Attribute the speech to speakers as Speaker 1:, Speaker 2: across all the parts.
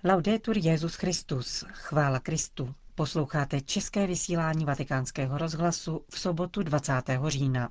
Speaker 1: Laudetur Jesus Christus, chvála Kristu. Posloucháte české vysílání Vatikánského rozhlasu v sobotu 20. října.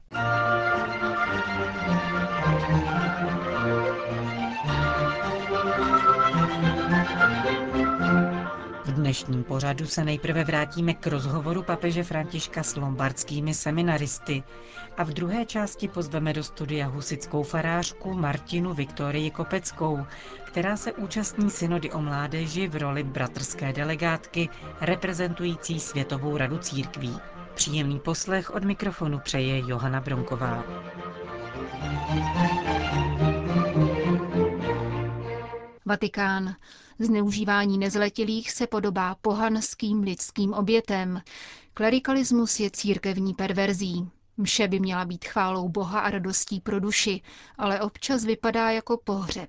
Speaker 1: V dnešním pořadu se nejprve vrátíme k rozhovoru papeže Františka s lombardskými seminaristy a v druhé části pozveme do studia husitskou farářku Martinu Viktorii Kopeckou, která se účastní synody o mládeži v roli bratrské delegátky reprezentující Světovou radu církví. Příjemný poslech od mikrofonu přeje Johana Bronková.
Speaker 2: Vatikán. Zneužívání nezletilých se podobá pohanským lidským obětem. Klerikalismus je církevní perverzí. Mše by měla být chválou Boha a radostí pro duši, ale občas vypadá jako pohřeb.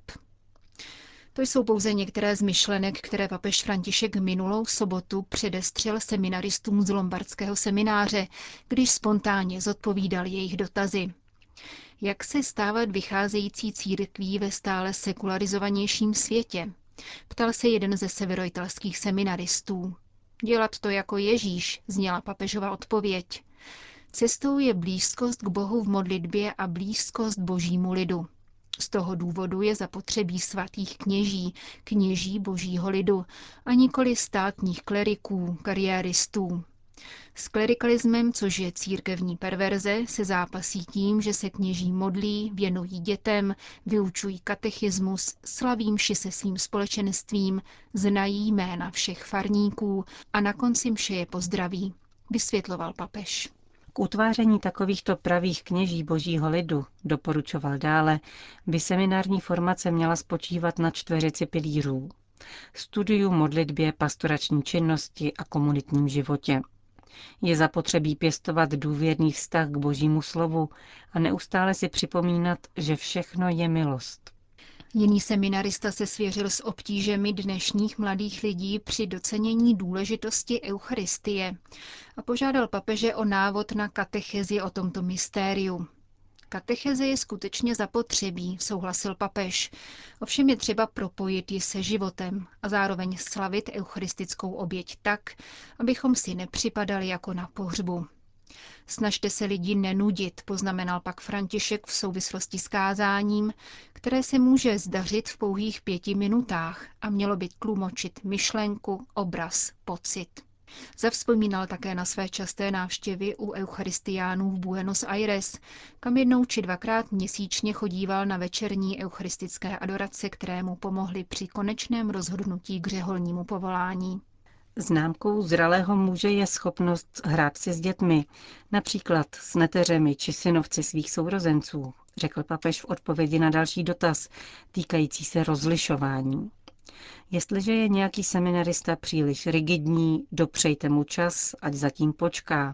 Speaker 2: To jsou pouze některé z myšlenek, které papež František minulou sobotu předestřel seminaristům z lombardského semináře, když spontánně zodpovídal jejich dotazy. Jak se stávat vycházející církví ve stále sekularizovanějším světě? Ptal se jeden ze severoitalských seminaristů. Dělat to jako Ježíš, zněla papežova odpověď. Cestou je blízkost k Bohu v modlitbě a blízkost božímu lidu. Z toho důvodu je zapotřebí svatých kněží božího lidu, a nikoli státních kleriků, kariéristů. S klerikalismem, což je církevní perverze, se zápasí tím, že se kněží modlí, věnují dětem, vyučují katechismus, slaví mši se svým společenstvím, znají jména všech farníků a na konci mše je pozdraví, vysvětloval papež.
Speaker 1: K utváření takovýchto pravých kněží božího lidu, doporučoval dále, by seminární formace měla spočívat na čtveřici pilířů. Studiu, modlitbě, pastorační činnosti a komunitním životě. Je zapotřebí pěstovat důvěrný vztah k božímu slovu a neustále si připomínat, že všechno je milost.
Speaker 2: Jiný seminarista se svěřil s obtížemi dnešních mladých lidí při docenění důležitosti eucharistie a požádal papeže o návod na katechezi o tomto mystériu. Katecheze je skutečně zapotřebí, souhlasil papež. Ovšem je třeba propojit ji se životem a zároveň slavit eucharistickou oběť tak, abychom si nepřipadali jako na pohřbu. Snažte se lidi nenudit, poznamenal pak František v souvislosti s kázáním, které se může zdařit v pouhých 5 minutách a mělo by tlumočit myšlenku, obraz, pocit. Zavzpomínal také na své časté návštěvy u eucharistiánů v Buenos Aires, kam jednou či dvakrát měsíčně chodíval na večerní eucharistické adorace, které mu pomohly při konečném rozhodnutí k řeholnímu povolání.
Speaker 1: Známkou zralého muže je schopnost hrát si s dětmi, například s neteřemi či synovci svých sourozenců, řekl papež v odpovědi na další dotaz týkající se rozlišování. Jestliže je nějaký seminarista příliš rigidní, dopřejte mu čas, ať zatím počká.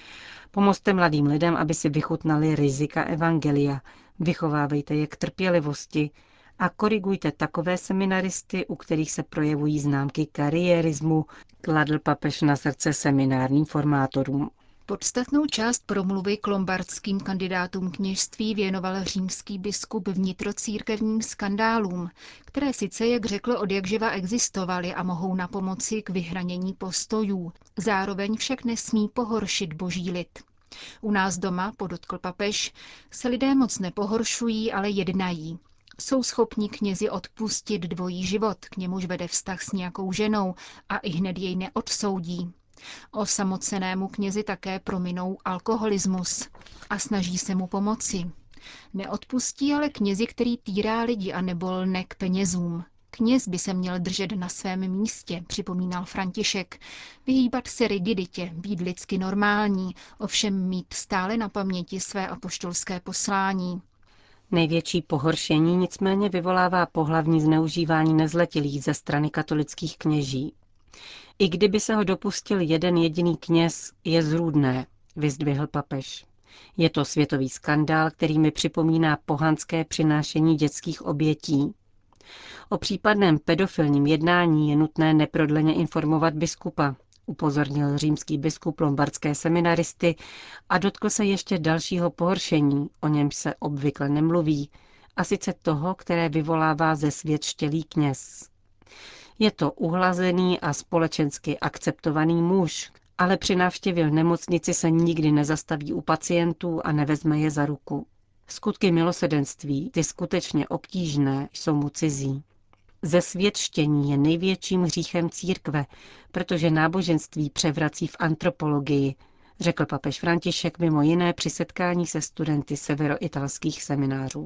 Speaker 1: Pomozte mladým lidem, aby si vychutnali rizika evangelia, vychovávejte je k trpělivosti a korigujte takové seminaristy, u kterých se projevují známky kariérismu, kladl papež na srdce seminárním formátorům.
Speaker 2: Podstatnou část promluvy k lombardským kandidátům kněžství věnoval římský biskup vnitrocírkevním skandálům, které sice, jak řekl, odjakživa existovaly a mohou napomoci k vyhranění postojů. Zároveň však nesmí pohoršit boží lid. U nás doma, podotkl papež, se lidé moc nepohoršují, ale jednají. Jsou schopni knězi odpustit dvojí život, k němuž vede vztah s nějakou ženou a ihned jej neodsoudí. Osamocenému knězi také prominou alkoholismus a snaží se mu pomoci. Neodpustí ale knězi, který týrá lidi a nebo lne k penězům. Kněz by se měl držet na svém místě, připomínal František, vyhýbat se rigiditě, být lidsky normální, ovšem mít stále na paměti své apoštolské poslání.
Speaker 1: Největší pohoršení nicméně vyvolává pohlavní zneužívání nezletilých ze strany katolických kněží. I kdyby se ho dopustil jeden jediný kněz, je zrůdné, vyzdvihl papež. Je to světový skandál, který mi připomíná pohanské přinášení dětských obětí. O případném pedofilním jednání je nutné neprodleně informovat biskupa, upozornil římský biskup lombardské seminaristy a dotkl se ještě dalšího pohoršení, o němž se obvykle nemluví, a sice toho, které vyvolává zesvětštělý kněz. Je to uhlazený a společensky akceptovaný muž, ale při návštěvě v nemocnici se nikdy nezastaví u pacientů a nevezme je za ruku. Skutky milosedenství, ty skutečně obtížné, jsou mu cizí. Zesvětštění je největším hříchem církve, protože náboženství převrací v antropologii, řekl papež František mimo jiné při setkání se studenty severoitalských seminářů.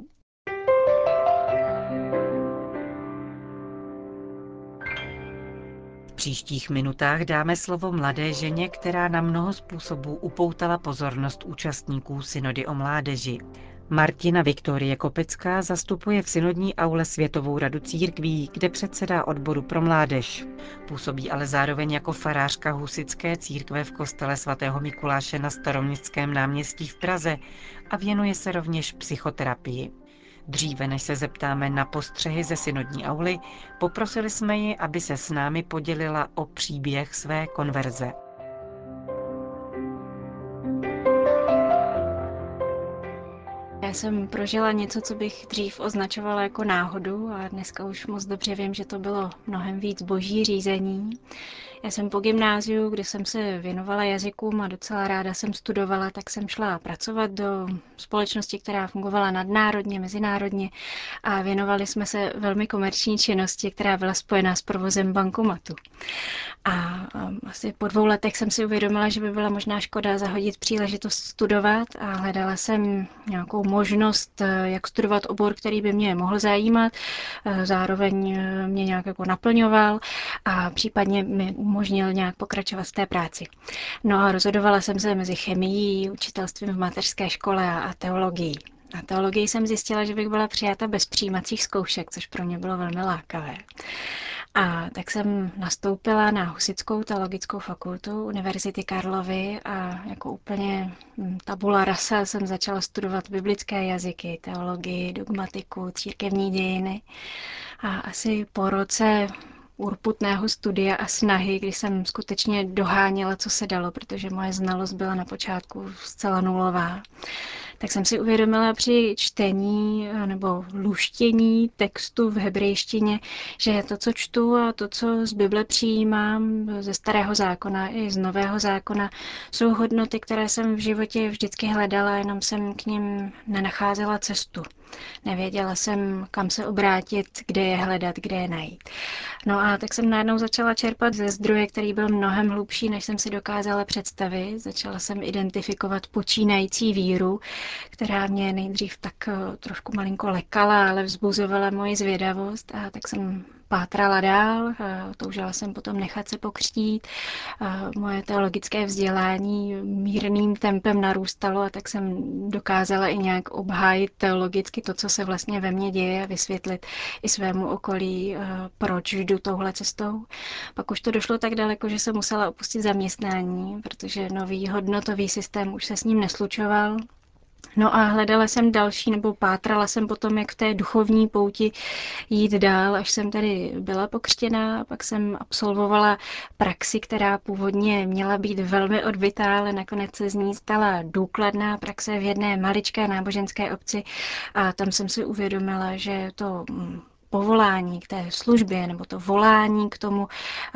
Speaker 1: V příštích minutách dáme slovo mladé ženě, která na mnoho způsobů upoutala pozornost účastníků synody o mládeži. Martina Viktorie Kopecká zastupuje v synodní aule Světovou radu církví, kde předsedá odboru pro mládež. Působí ale zároveň jako farářka husitské církve v kostele svatého Mikuláše na Staroměstském náměstí v Praze a věnuje se rovněž psychoterapii. Dříve než se zeptáme na postřehy ze synodní auly, poprosili jsme ji, aby se s námi podělila o příběh své konverze.
Speaker 3: Já jsem prožila něco, co bych dřív označovala jako náhodu a dneska už moc dobře vím, že to bylo mnohem víc boží řízení. Já jsem po gymnáziu, kde jsem se věnovala jazykům a docela ráda jsem studovala, tak jsem šla pracovat do společnosti, která fungovala nadnárodně, mezinárodně a věnovali jsme se velmi komerční činnosti, která byla spojená s provozem bankomatu. A asi po 2 letech jsem si uvědomila, že by byla možná škoda zahodit příležitost studovat a hledala jsem nějakou možnost, jak studovat obor, který by mě mohl zajímat, zároveň mě nějak jako naplňoval a případně mi umožnil nějak pokračovat v té práci. No a rozhodovala jsem se mezi chemií, učitelstvím v mateřské škole a teologií. Na teologii jsem zjistila, že bych byla přijata bez přijímacích zkoušek, což pro mě bylo velmi lákavé. A tak jsem nastoupila na Husitskou teologickou fakultu Univerzity Karlovy a jako úplně tabula rasa jsem začala studovat biblické jazyky, teologii, dogmatiku, církevní dějiny. A asi po roce urputného studia a snahy, kdy jsem skutečně doháněla, co se dalo, protože moje znalost byla na počátku zcela nulová, tak jsem si uvědomila při čtení nebo luštění textu v hebrejštině, že to, co čtu a to, co z Bible přijímám ze Starého zákona i z Nového zákona, jsou hodnoty, které jsem v životě vždycky hledala, jenom jsem k nim nenacházela cestu. Nevěděla jsem, kam se obrátit, kde je hledat, kde je najít. No a tak jsem najednou začala čerpat ze zdroje, který byl mnohem hlubší, než jsem si dokázala představit. Začala jsem identifikovat počínající víru, která mě nejdřív tak trošku malinko lekala, ale vzbuzovala moji zvědavost a tak jsem pátrala dál, toužila jsem potom nechat se pokřtít. Moje teologické vzdělání mírným tempem narůstalo a tak jsem dokázala i nějak obhájit teologicky to, co se vlastně ve mně děje a vysvětlit i svému okolí, proč jdu touhle cestou. Pak už to došlo tak daleko, že jsem musela opustit zaměstnání, protože nový hodnotový systém už se s ním neslučoval. No a hledala jsem další, nebo pátrala jsem potom, jak v té duchovní pouti jít dál, až jsem tady byla pokřtěná. Pak jsem absolvovala praxi, která původně měla být velmi odbytá, ale nakonec se z ní stala důkladná praxe v jedné maličké náboženské obci a tam jsem si uvědomila, že to povolání k té službě nebo to volání k tomu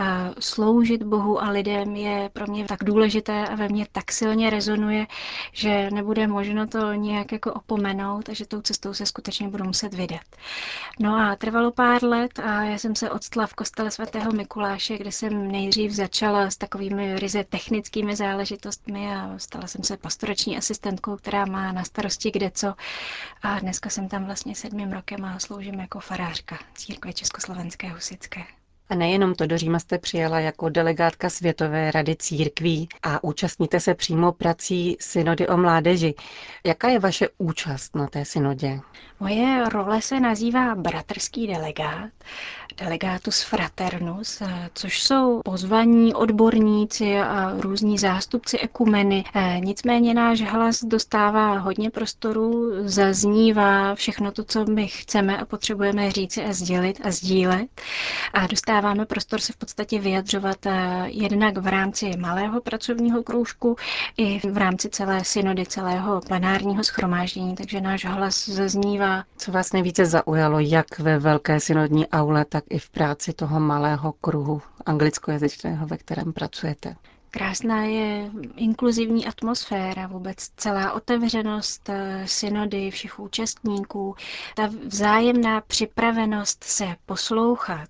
Speaker 3: sloužit Bohu a lidem je pro mě tak důležité a ve mně tak silně rezonuje, že nebude možno to nějak jako opomenout a že tou cestou se skutečně budu muset vydat. No a trvalo pár let a já jsem se odstla v kostele svatého Mikuláše, kde jsem nejdřív začala s takovými ryze technickými záležitostmi a stala jsem se pastorační asistentkou, která má na starosti kdeco a dneska jsem tam vlastně 7. rokem a sloužím jako farářka církve Československé husitské.
Speaker 1: A nejenom to, do Říma jste přijela jako delegátka Světové rady církví a účastníte se přímo prací synody o mládeži. Jaká je vaše účast na té synodě?
Speaker 3: Moje role se nazývá bratrský delegát, delegatus fraternus, což jsou pozvaní odborníci a různí zástupci ekumeny. Nicméně náš hlas dostává hodně prostoru, zaznívá všechno to, co my chceme a potřebujeme říci a sdělit a sdílet. A dostává dostáváme prostor se v podstatě vyjadřovat jednak v rámci malého pracovního kroužku i v rámci celé synody, celého plenárního shromáždění, takže náš hlas zaznívá.
Speaker 1: Co vás nejvíce zaujalo, jak ve velké synodní aule, tak i v práci toho malého kruhu anglickojazyčného, ve kterém pracujete?
Speaker 3: Krásná je inkluzivní atmosféra, vůbec celá otevřenost synody, všech účastníků, ta vzájemná připravenost se poslouchat,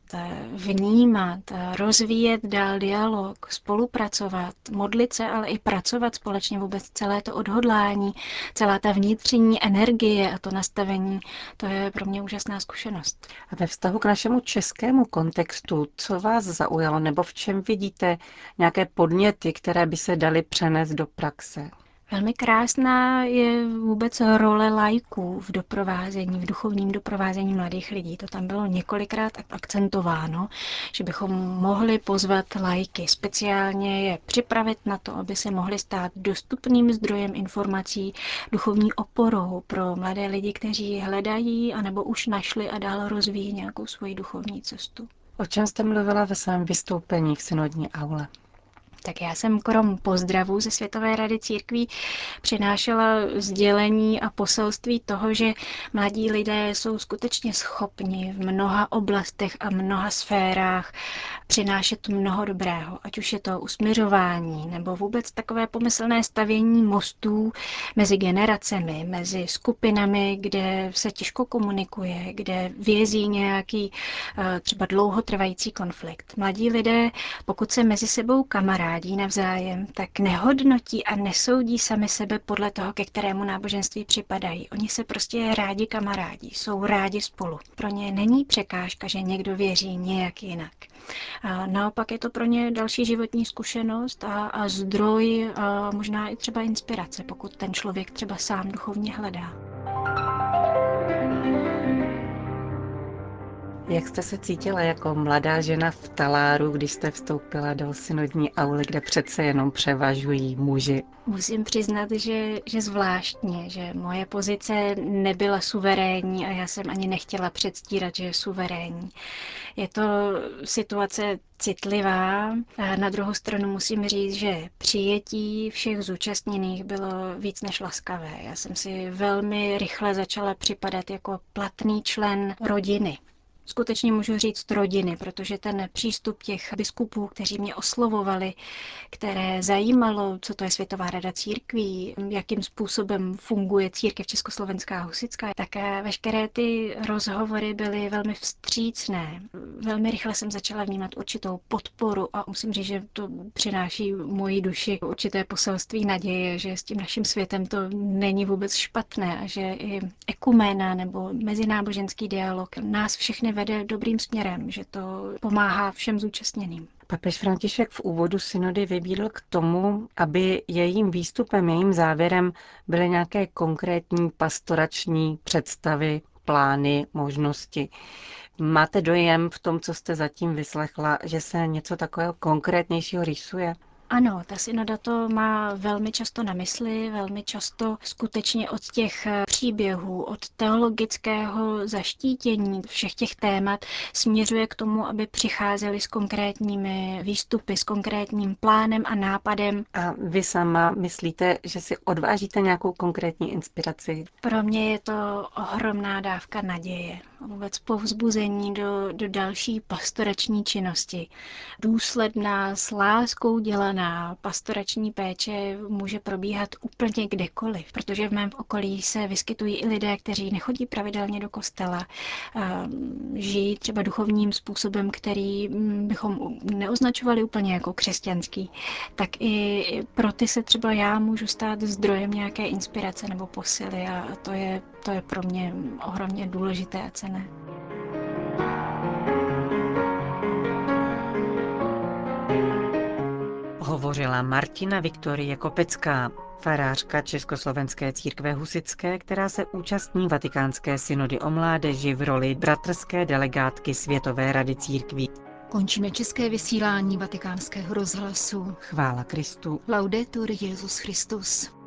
Speaker 3: vnímat, rozvíjet dál dialog, spolupracovat, modlit se, ale i pracovat společně, vůbec celé to odhodlání, celá ta vnitřní energie a to nastavení, to je pro mě úžasná zkušenost.
Speaker 1: A ve vztahu k našemu českému kontextu, co vás zaujalo, nebo v čem vidíte nějaké podněty, které by se daly přenést do praxe?
Speaker 3: Velmi krásná je vůbec role laiků v doprovázení, v duchovním doprovázení mladých lidí. To tam bylo několikrát akcentováno, že bychom mohli pozvat laiky, speciálně je připravit na to, aby se mohli stát dostupným zdrojem informací, duchovní oporou pro mladé lidi, kteří hledají anebo už našli a dál rozvíjí nějakou svoji duchovní cestu.
Speaker 1: O čem jste mluvila ve svém vystoupení v synodní aule?
Speaker 3: Tak já jsem krom pozdravů ze Světové rady církví přinášela sdělení a poselství toho, že mladí lidé jsou skutečně schopni v mnoha oblastech a mnoha sférách přinášet mnoho dobrého, ať už je to usmiřování nebo vůbec takové pomyslné stavění mostů mezi generacemi, mezi skupinami, kde se těžko komunikuje, kde vězí nějaký třeba dlouhotrvající konflikt. Mladí lidé, pokud se mezi sebou kamarádí navzájem, tak nehodnotí a nesoudí sami sebe podle toho, ke kterému náboženství připadají. Oni se prostě rádi kamarádí, jsou rádi spolu. Pro ně není překážka, že někdo věří nějak jinak. A naopak je to pro ně další životní zkušenost a zdroj a možná i třeba inspirace, pokud ten člověk třeba sám duchovně hledá.
Speaker 1: Jak jste se cítila jako mladá žena v taláru, když jste vstoupila do synodní auly, kde přece jenom převažují muži?
Speaker 3: Musím přiznat, že zvláštně, že moje pozice nebyla suverénní a já jsem ani nechtěla předstírat, že je suverénní. Je to situace citlivá. A na druhou stranu musím říct, že přijetí všech zúčastněných bylo víc než laskavé. Já jsem si velmi rychle začala připadat jako platný člen rodiny. Skutečně můžu říct rodiny, protože ten přístup těch biskupů, kteří mě oslovovali, které zajímalo, co to je Světová rada církví, jakým způsobem funguje církev československá a husitská, tak veškeré ty rozhovory byly velmi vstřícné. Velmi rychle jsem začala vnímat určitou podporu a musím říct, že to přináší mojí duši určité poselství naděje, že s tím naším světem to není vůbec špatné a že i ekuména nebo mezináboženský dialog nás všechny vede dobrým směrem, že to pomáhá všem zúčastněným.
Speaker 1: Papež František v úvodu synody vybídl k tomu, aby jejím výstupem, jejím závěrem byly nějaké konkrétní pastorační představy, plány, možnosti. Máte dojem v tom, co jste zatím vyslechla, že se něco takového konkrétnějšího rýsuje?
Speaker 3: Ano, ta synoda to má velmi často na mysli, velmi často skutečně od těch příběhů, od teologického zaštítění všech těch témat směřuje k tomu, aby přicházeli s konkrétními výstupy, s konkrétním plánem a nápadem.
Speaker 1: A vy sama myslíte, že si odvážíte nějakou konkrétní inspiraci?
Speaker 3: Pro mě je to ohromná dávka naděje, vůbec povzbuzení do další pastorační činnosti. Důsledná, s láskou dělaná pastorační péče může probíhat úplně kdekoliv, protože v mém okolí se vyskytují i lidé, kteří nechodí pravidelně do kostela, žijí třeba duchovním způsobem, který bychom neoznačovali úplně jako křesťanský, tak i pro ty se třeba já můžu stát zdrojem nějaké inspirace nebo posily a to je pro mě ohromně důležité a cenné.
Speaker 1: Hovořila Martina Viktorie Kopecká, farářka Československé církve husitské, která se účastní Vatikánské synody o mládeži v roli bratrské delegátky Světové rady církví.
Speaker 2: Končíme české vysílání Vatikánského rozhlasu.
Speaker 1: Chvála Kristu.
Speaker 2: Laudetur Jesus Christus.